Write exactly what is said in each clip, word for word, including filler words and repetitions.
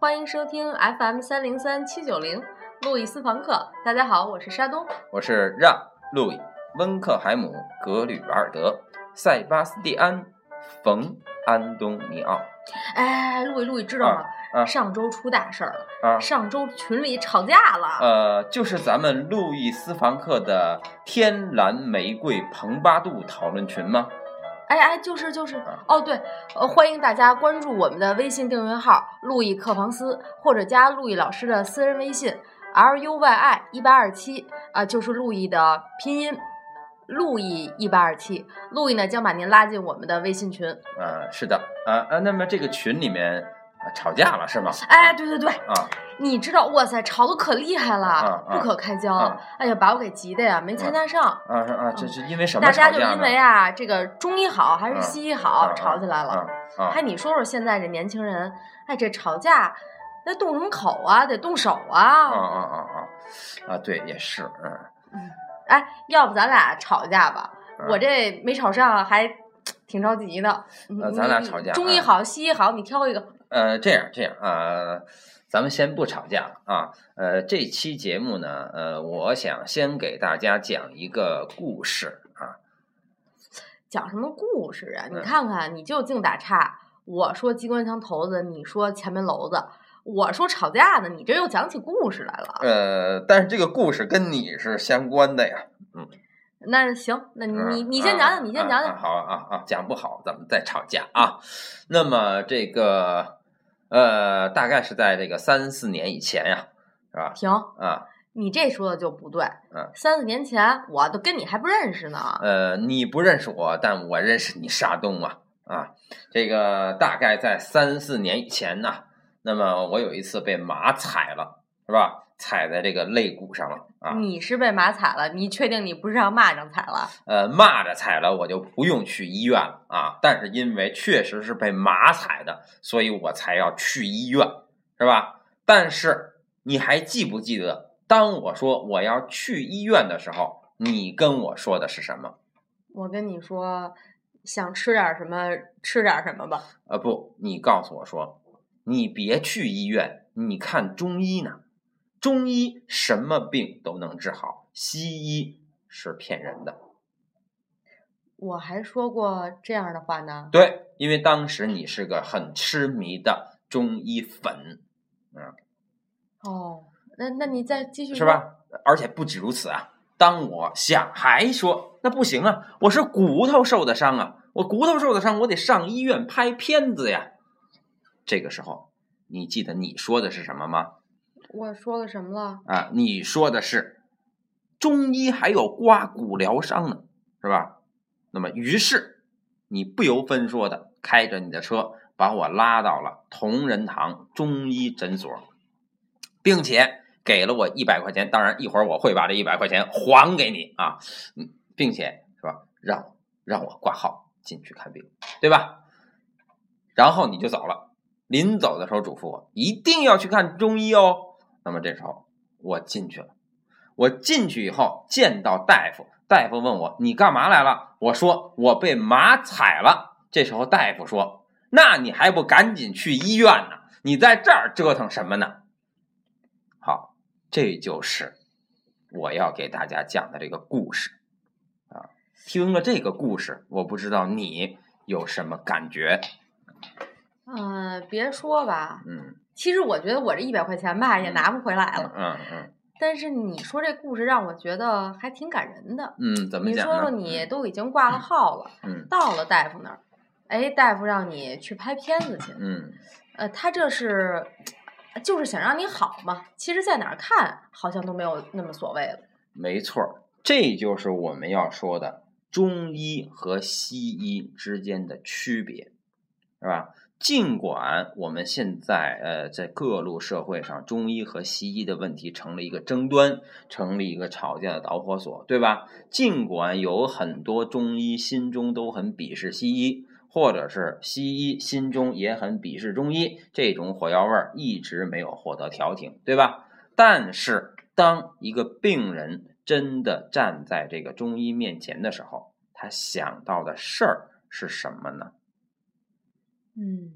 欢迎收听 F M 三零三七九零路易斯房客。大家好，我是沙东， 我是让、路易、温克海姆、格吕瓦尔德、塞巴斯蒂安、冯、安东尼奥。 哎，路易路易知道吗？ 啊啊、 上周出大事儿了、 啊！ 上周群里吵架了。 呃，就是咱们路易斯房客的天蓝玫瑰蓬巴杜讨论群吗？ 哎哎，就是就是、啊、哦，对，呃，欢迎大家关注我们的微信订阅号“路易客房斯”，或者加路易老师的私人微信 L U Y I 一八二七啊，就是路易的拼音。路易一八二七，路易呢将把您拉进我们的微信群。 呃，是的，啊啊，那么这个群里面、啊、吵架了是吗？ 哎，对对对， 啊， 你知道，哇塞，吵得可厉害了， 啊啊、 不可开交、 啊。 哎呀，把我给急的呀，没参加上。 啊啊啊！这是因为什么大吵架呢？ 家就因为啊，这个中医好还是西医好、 啊、 吵起来了。 啊啊！ 哎，你说说现在这年轻人，哎，这吵架那动什么口啊？得动手啊！ 啊啊啊啊！啊，对，也是，嗯嗯。哎，要不咱俩吵架吧？ 嗯、 我这没吵上，还挺着急的。 呃，咱俩吵架， 中医好、西医好，你挑一个。 呃，这样这样啊、呃，咱们先不吵架啊。呃，这期节目呢，呃，我想先给大家讲一个故事啊。 讲什么故事啊？你看看，你就净打岔。我说机关枪头子，你说前门楼子，我说吵架呢，你这又讲起故事来了。 呃，但是这个故事跟你是相关的呀。嗯。 那行，那你、 嗯、 你先讲讲， 啊、 你先讲讲。 啊、好啊啊，讲不好咱们再吵架啊。那么这个呃，大概是在这个三四年以前呀，是吧？ 停啊， 你这说的就不对。 嗯， 三四年前我都跟你还不认识呢。 呃，你不认识我，但我认识你沙东啊啊。这个大概在三四年以前呢，那么我有一次被马踩了，是吧？踩在这个肋骨上了啊！ 你是被马踩了？你确定你不是让蚂蚱踩了？ 呃，蚂蚱踩了，我就不用去医院了啊。但是因为确实是被马踩的，所以我才要去医院，是吧？但是你还记不记得，当我说我要去医院的时候，你跟我说的是什么？ 我跟你说，想吃点什么，吃点什么吧。 呃，不，你告诉我说，你别去医院，你看中医呢。中医什么病都能治好，西医是骗人的。 我还说过这样的话呢？ 对，因为当时你是个很痴迷的中医粉。嗯。 哦，那那你再继续说。 是吧？而且不止如此啊，当我想还说那不行啊，我是骨头受的伤啊，我骨头受的伤，我得上医院拍片子呀。这个时候，你记得你说的是什么吗？ 我说了什么了？ 啊，你说的是中医还有刮骨疗伤呢，是吧？那么于是你不由分说的开着你的车把我拉到了同仁堂中医诊所，并且给了我一百块钱，当然一会儿我会把这一百块钱还给你啊，并且是吧，让让我挂号进去看病，对吧？然后你就走了，临走的时候嘱咐我一定要去看中医哦。那么这时候我进去了，我进去以后见到大夫，大夫问我你干嘛来了？我说我被马踩了。这时候大夫说，那你还不赶紧去医院呢？你在这儿折腾什么呢？好，这就是我要给大家讲的这个故事啊。听了这个故事，我不知道你有什么感觉？ 嗯、呃，别说吧， 嗯。 其实我觉得我这一百块钱吧也拿不回来了。 嗯 嗯, 嗯。 但是你说这故事让我觉得还挺感人的。 嗯，怎么讲呢？ 你说说，你都已经挂了号了， 嗯， 到了大夫那儿，哎，大夫让你去拍片子去。 嗯， 呃，他这是就是想让你好嘛。其实，在哪儿看好像都没有那么所谓了。 没错，这就是我们要说的中医和西医之间的区别，是吧？尽管我们现在呃在各路社会上，中医和西医的问题成了一个争端，成了一个吵架的导火索，对吧？尽管有很多中医心中都很鄙视西医，或者是西医心中也很鄙视中医，这种火药味一直没有获得调停，对吧？但是当一个病人真的站在这个中医面前的时候，他想到的事儿是什么呢？ 嗯，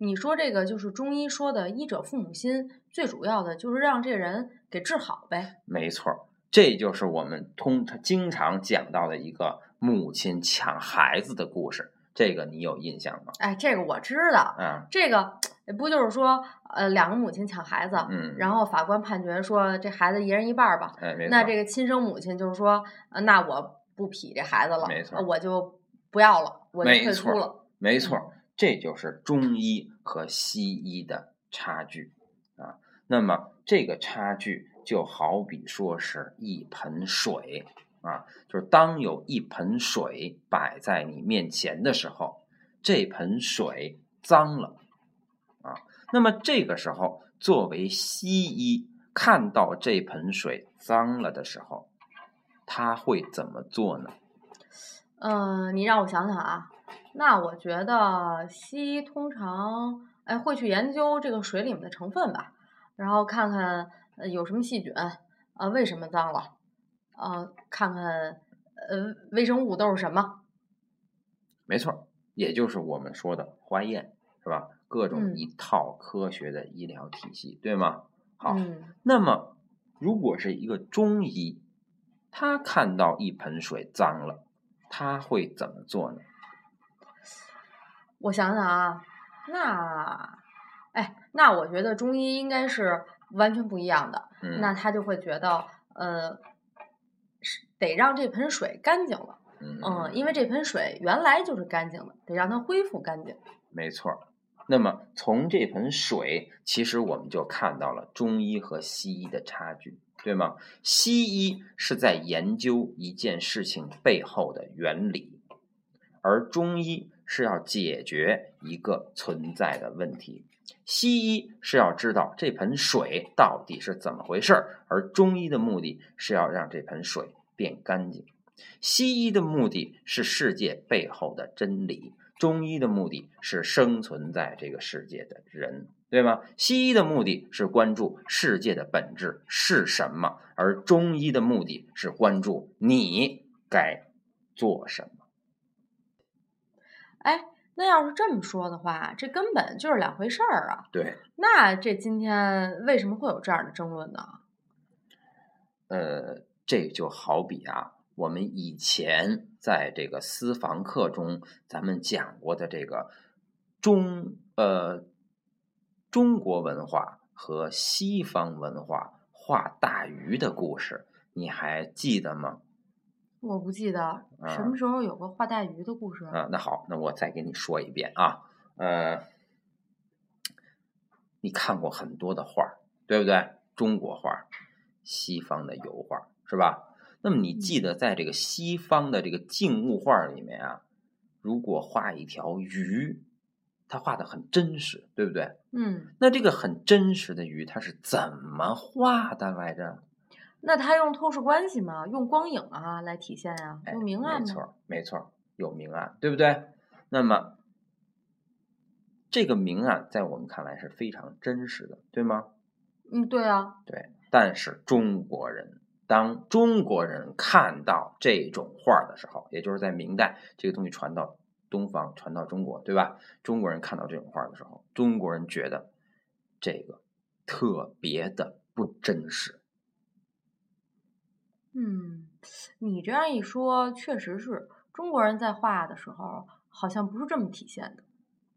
你说这个就是中医说的医者父母心，最主要的就是让这个人给治好呗。 没错，这就是我们通常经常讲到的一个母亲抢孩子的故事，这个你有印象吗？ 哎，这个我知道。 嗯， 这个不就是说，呃，两个母亲抢孩子， 嗯， 然后法官判决说这孩子一人一半吧。 哎，没错。 那这个亲生母亲就是说，呃，那我不匹这孩子了， 没错， 呃我就不要了，我就退出了。 没错，没错，这就是中医和西医的差距啊。那么这个差距就好比说是一盆水啊，就是当有一盆水摆在你面前的时候，这盆水脏了啊。那么这个时候，作为西医看到这盆水脏了的时候，他会怎么做呢？ 嗯、呃，你让我想想啊，那我觉得西医通常哎会去研究这个水里面的成分吧，然后看看呃有什么细菌，呃为什么脏了，呃看看呃微生物都是什么。 没错，也就是我们说的化验，是吧？各种嗯一套科学的医疗体系，对吗？好， 嗯， 那么如果是一个中医，他看到一盆水脏了，他会怎么做呢？ 我想想啊，那哎那我觉得中医应该是完全不一样的， 嗯， 那他就会觉得呃是得让这盆水干净了。 嗯， 嗯，因为这盆水原来就是干净的，得让它恢复干净。 没错。那么从这盆水，其实我们就看到了中医和西医的差距，对吗？西医是在研究一件事情背后的原理，而中医是要解决一个存在的问题。西医是要知道这盆水到底是怎么回事，而中医的目的是要让这盆水变干净。西医的目的是世界背后的真理，中医的目的是生存在这个世界的人，对吗？西医的目的是关注世界的本质是什么，而中医的目的是关注你该做什么。 哎，那要是这么说的话，这根本就是两回事儿啊。 对， 那这今天为什么会有这样的争论呢？ 呃，这就好比啊，我们以前在这个私房课中，咱们讲过的这个中呃中国文化和西方文化画大鱼的故事，你还记得吗？ 我不记得什么时候有个画大鱼的故事啊。那好，那我再给你说一遍啊。呃，你看过很多的画，对不对？中国画、西方的油画，是吧？那么你记得在这个西方的这个静物画里面啊，如果画一条鱼，它画的很真实，对不对？ 嗯， 那这个很真实的鱼，它是怎么画的来着？ 那他用透视关系吗？用光影啊来体现呀、啊？用明暗吗？ 没错，没错，有明暗，对不对？那么这个明暗在我们看来是非常真实的，对吗？ 嗯，对啊。 对，但是中国人，当中国人看到这种画的时候，也就是在明代这个东西传到东方，传到中国，对吧？中国人看到这种画的时候，中国人觉得这个特别的不真实。 嗯，你这样一说，确实是中国人在画的时候，好像不是这么体现的。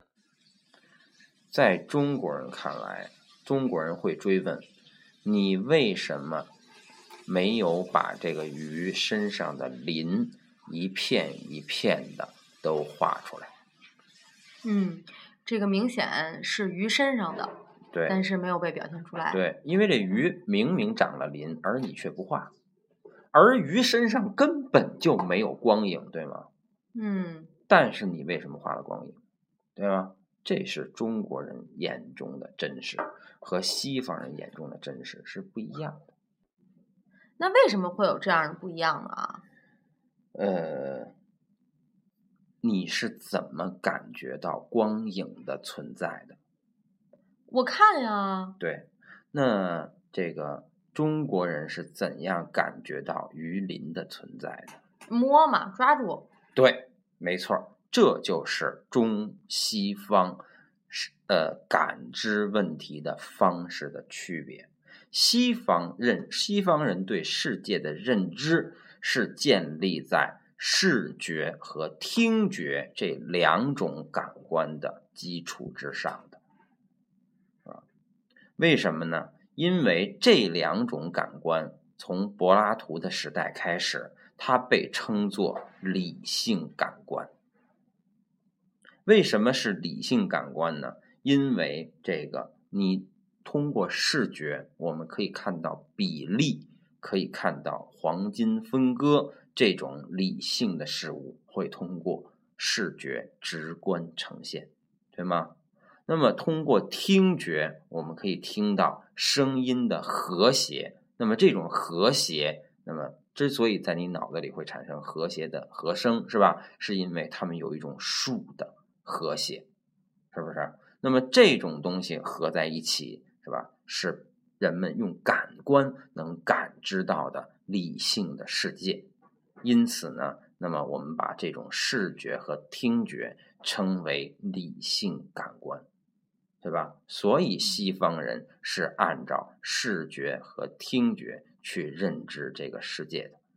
在中国人看来，中国人会追问：你为什么没有把这个鱼身上的鳞一片一片的都画出来？ 嗯，这个明显是鱼身上的， 对， 但是没有被表现出来。 对，因为这鱼明明长了鳞，而你却不画，而鱼身上根本就没有光影，对吗？ 嗯， 但是你为什么画了光影，对吗？这是中国人眼中的真实，和西方人眼中的真实是不一样的。 那为什么会有这样的不一样呢？啊？ 呃，你是怎么感觉到光影的存在的？ 我看呀。 对，那这个中国人是怎样感觉到鱼鳞的存在的？ 摸嘛，抓住。 对，没错，这就是中西方呃感知问题的方式的区别。西方认西方人对世界的认知是建立在视觉和听觉这两种感官的基础之上的。为什么呢？因为这两种感官从柏拉图的时代开始，它被称作理性感官。为什么是理性感官呢？因为这个你通过视觉，我们可以看到比例，可以看到黄金分割，这种理性的事物会通过视觉直观呈现，对吗？那么通过听觉，我们可以听到声音的和谐，那么这种和谐，那么之所以在你脑子里会产生和谐的和声，是吧？是因为它们有一种数的和谐，是不是？那么这种东西合在一起，是吧？是人们用感官能感知到的理性的世界。因此呢，那么我们把这种视觉和听觉称为理性感官，对吧？所以西方人是按照视觉和听觉去认知这个世界的。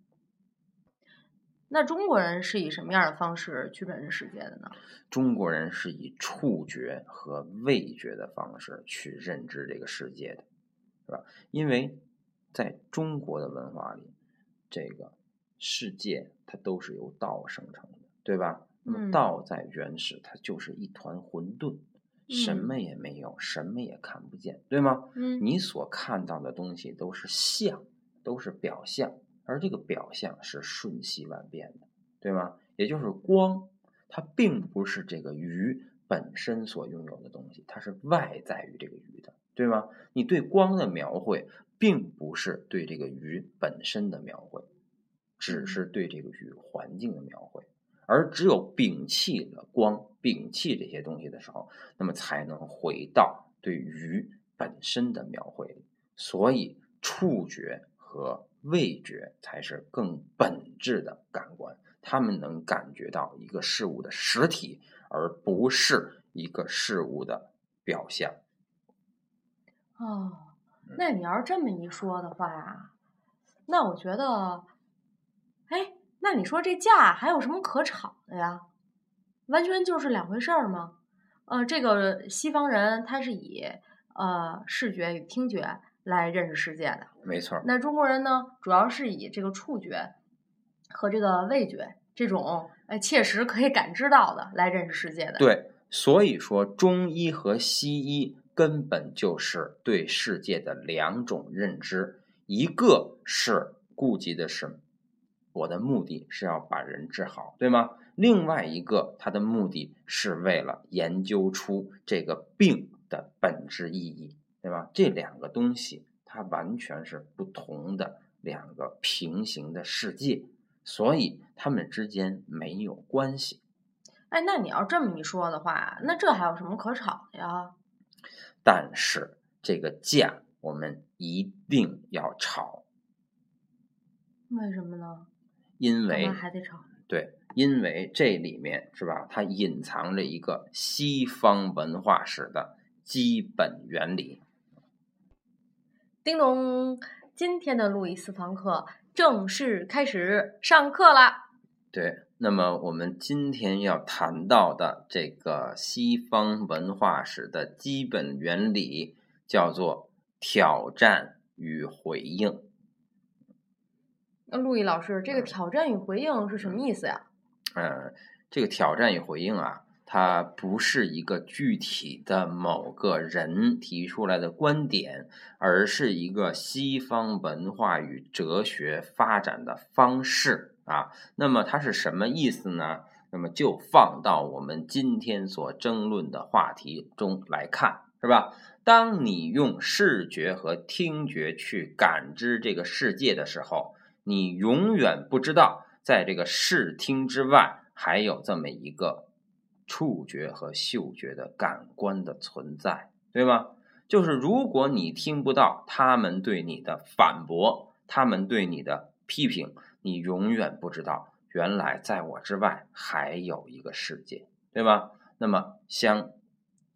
那中国人是以什么样的方式去认识世界的呢？ 中国人是以触觉和味觉的方式去认知这个世界的，是吧？因为在中国的文化里，这个世界它都是由道生成的，对吧？那么道在原始，它就是一团混沌，什么也没有，什么也看不见，对吗？ 嗯， 你所看到的东西都是象，都是表象，而这个表象是瞬息万变的，对吗？也就是光，它并不是这个鱼本身所拥有的东西，它是外在于这个鱼的，对吗？你对光的描绘并不是对这个鱼本身的描绘，只是对这个鱼环境的描绘。而只有摒弃了光，摒弃这些东西的时候，那么才能回到对鱼本身的描绘里。所以触觉和味觉才是更本质的感官，他们能感觉到一个事物的实体，而不是一个事物的表象。 哦，那你要是这么一说的话，那我觉得，哎，那你说这架还有什么可吵的呀？完全就是两回事儿吗？呃，这个西方人他是以呃视觉与听觉来认识世界的， 没错。 那中国人呢，主要是以这个触觉和这个味觉这种呃切实可以感知到的来认识世界的。 对，所以说中医和西医根本就是对世界的两种认知，一个是顾及的是我的目的是要把人治好，对吗？另外一个它的目的是为了研究出这个病的本质意义，对吧？这两个东西它完全是不同的两个平行的世界，所以它们之间没有关系。 哎，那你要这么一说的话，那这还有什么可吵的呀？ 但是这个架我们一定要吵。 为什么呢？ 因为干嘛还得吵？ 对，因为这里面是吧，它隐藏着一个西方文化史的基本原理。 叮咚，今天的路易斯房课正式开始上课啦！ 对，那么我们今天要谈到的这个西方文化史的基本原理叫做挑战与回应。 那陆毅老师，这个挑战与回应是什么意思呀？ 嗯，这个挑战与回应啊，它不是一个具体的某个人提出来的观点，而是一个西方文化与哲学发展的方式啊。那么它是什么意思呢？那么就放到我们今天所争论的话题中来看，是吧？当你用视觉和听觉去感知这个世界的时候，你永远不知道在这个视听之外还有这么一个触觉和嗅觉的感官的存在，对吗？就是如果你听不到他们对你的反驳，他们对你的批评，你永远不知道原来在我之外还有一个世界，对吧？那么像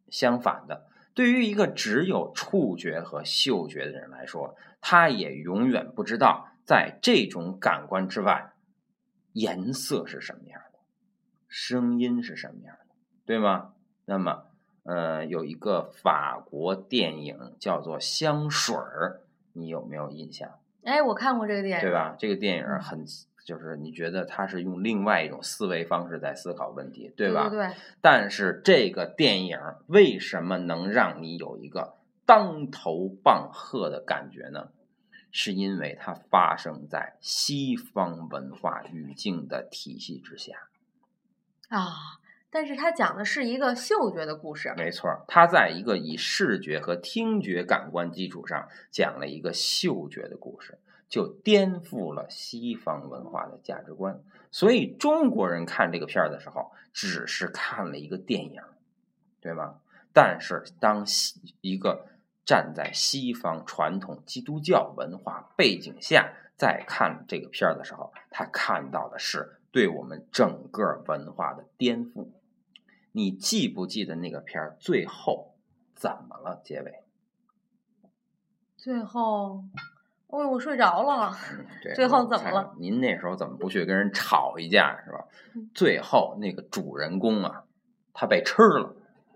相反的，对于一个只有触觉和嗅觉的人来说，他也永远不知道在这种感官之外，颜色是什么样的，声音是什么样的，对吗？那么呃，有一个法国电影叫做《香水》，你有没有印象？ 哎，我看过这个电影， 对吧？这个电影很，就是你觉得它是用另外一种思维方式在思考问题，对吧？ 对对对。 但是这个电影为什么能让你有一个当头棒喝的感觉呢？是因为它发生在西方文化语境的体系之下啊。但是它讲的是一个嗅觉的故事， 没错，它在一个以视觉和听觉感官基础上讲了一个嗅觉的故事，就颠覆了西方文化的价值观。所以中国人看这个片儿的时候，只是看了一个电影，对吗？但是当一个站在西方传统基督教文化背景下再看这个片儿的时候，他看到的是对我们整个文化的颠覆。你记不记得那个片儿最后怎么了？结尾最后，哦，我睡着了。 嗯，对， 最后怎么了？ 您那时候怎么不去跟人吵一架，是吧？ 嗯、 最后那个主人公啊，他被吃了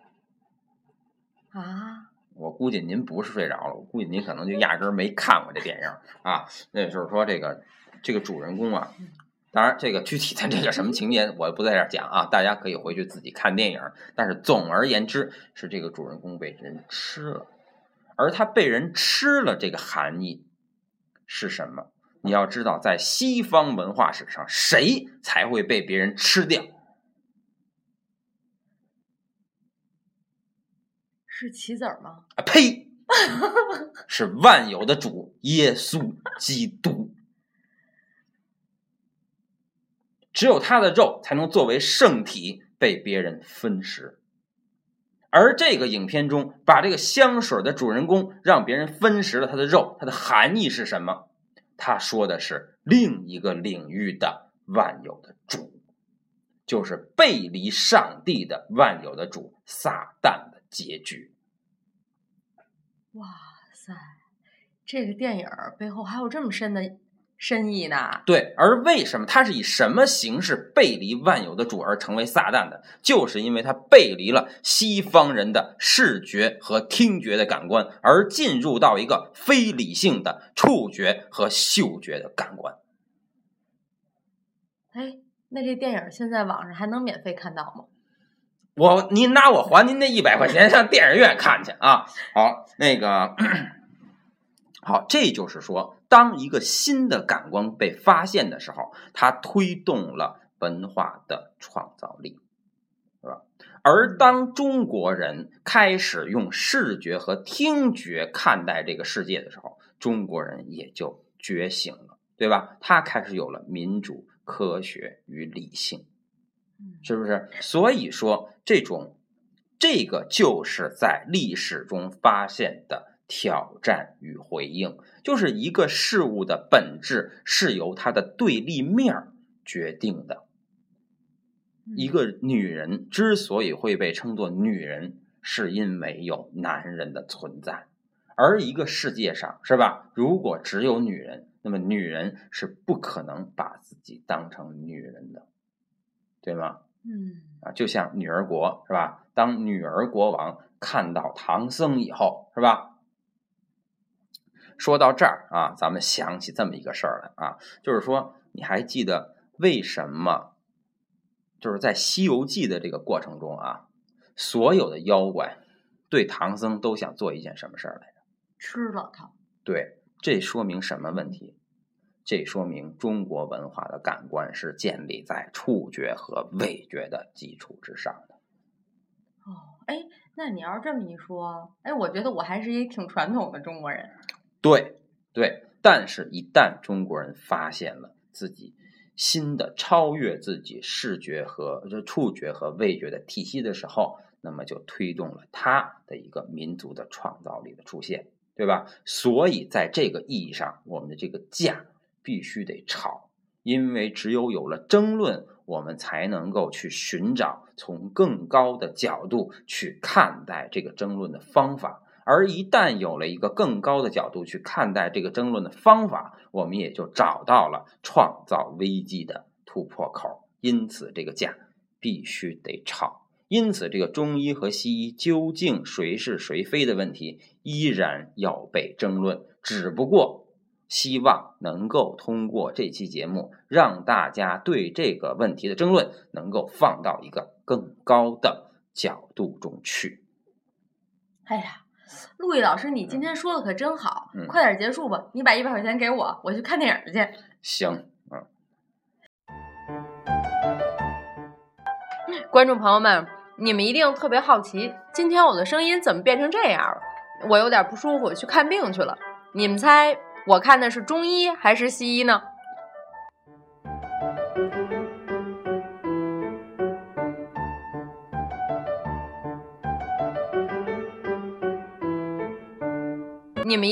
啊！ 我估计您不是睡着了，我估计您可能就压根儿没看过这电影啊。那就是说，这个这个主人公啊。当然，这个具体的这个什么情节我不在这儿讲啊，大家可以回去自己看电影。但是总而言之，是这个主人公被人吃了，而他被人吃了这个含义是什么？你要知道，在西方文化史上，谁才会被别人吃掉？ 是棋子儿吗？ 啊呸！是万有的主耶稣基督。只有他的肉才能作为圣体被别人分食，而这个影片中把这个香水的主人公让别人分食了他的肉，它的含义是什么？他说的是另一个领域的万有的主，就是背离上帝的万有的主撒旦的结局。 哇塞，这个电影背后还有这么深的深意呢？ 对，而为什么他是以什么形式背离万有的主而成为撒旦的？就是因为他背离了西方人的视觉和听觉的感官，而进入到一个非理性的触觉和嗅觉的感官。 哎，那这电影现在网上还能免费看到吗？ 我您拿我还您那一百块钱上电影院看去啊！好，那个好，这就是说，当一个新的感官被发现的时候，它推动了文化的创造力，是吧？而当中国人开始用视觉和听觉看待这个世界的时候，中国人也就觉醒了，对吧？他开始有了民主、科学与理性，是不是？所以说，这种这个就是在历史中发现的挑战与回应，就是一个事物的本质是由它的对立面决定的。一个女人之所以会被称作女人，是因为有男人的存在。而一个世界上，是吧？如果只有女人，那么女人是不可能把自己当成女人的，对吗？ 嗯， 啊，就像女儿国，是吧？当女儿国王看到唐僧以后，是吧？说到这儿啊，咱们想起这么一个事儿来啊，就是说，你还记得为什么？就是在《西游记》的这个过程中啊，所有的妖怪对唐僧都想做一件什么事儿来着？ 吃了它。 对，这说明什么问题？这说明中国文化的感官是建立在触觉和味觉的基础之上的。 哦，哎，那你要这么一说，哎，我觉得我还是一挺传统的中国人。 对对，但是一旦中国人发现了自己新的超越自己视觉和触觉和味觉的体系的时候，那么就推动了他的一个民族的创造力的出现，对吧？所以在这个意义上，我们的这个架必须得吵，因为只有有了争论， 我们才能够去寻找从更高的角度去看待这个争论的方法。而一旦有了一个更高的角度去看待这个争论的方法，我们也就找到了创造危机的突破口。因此这个架必须得吵，因此这个中医和西医究竟谁是谁非的问题依然要被争论，只不过希望能够通过这期节目让大家对这个问题的争论能够放到一个更高的角度中去。 哎呀，陆毅老师，你今天说的可真好， 嗯、 快点结束吧，你把一百块钱给我，我去看电影去。 行，嗯。 观众朋友们，你们一定特别好奇，今天我的声音怎么变成这样了？我有点不舒服，去看病去了。你们猜我看的是中医还是西医呢？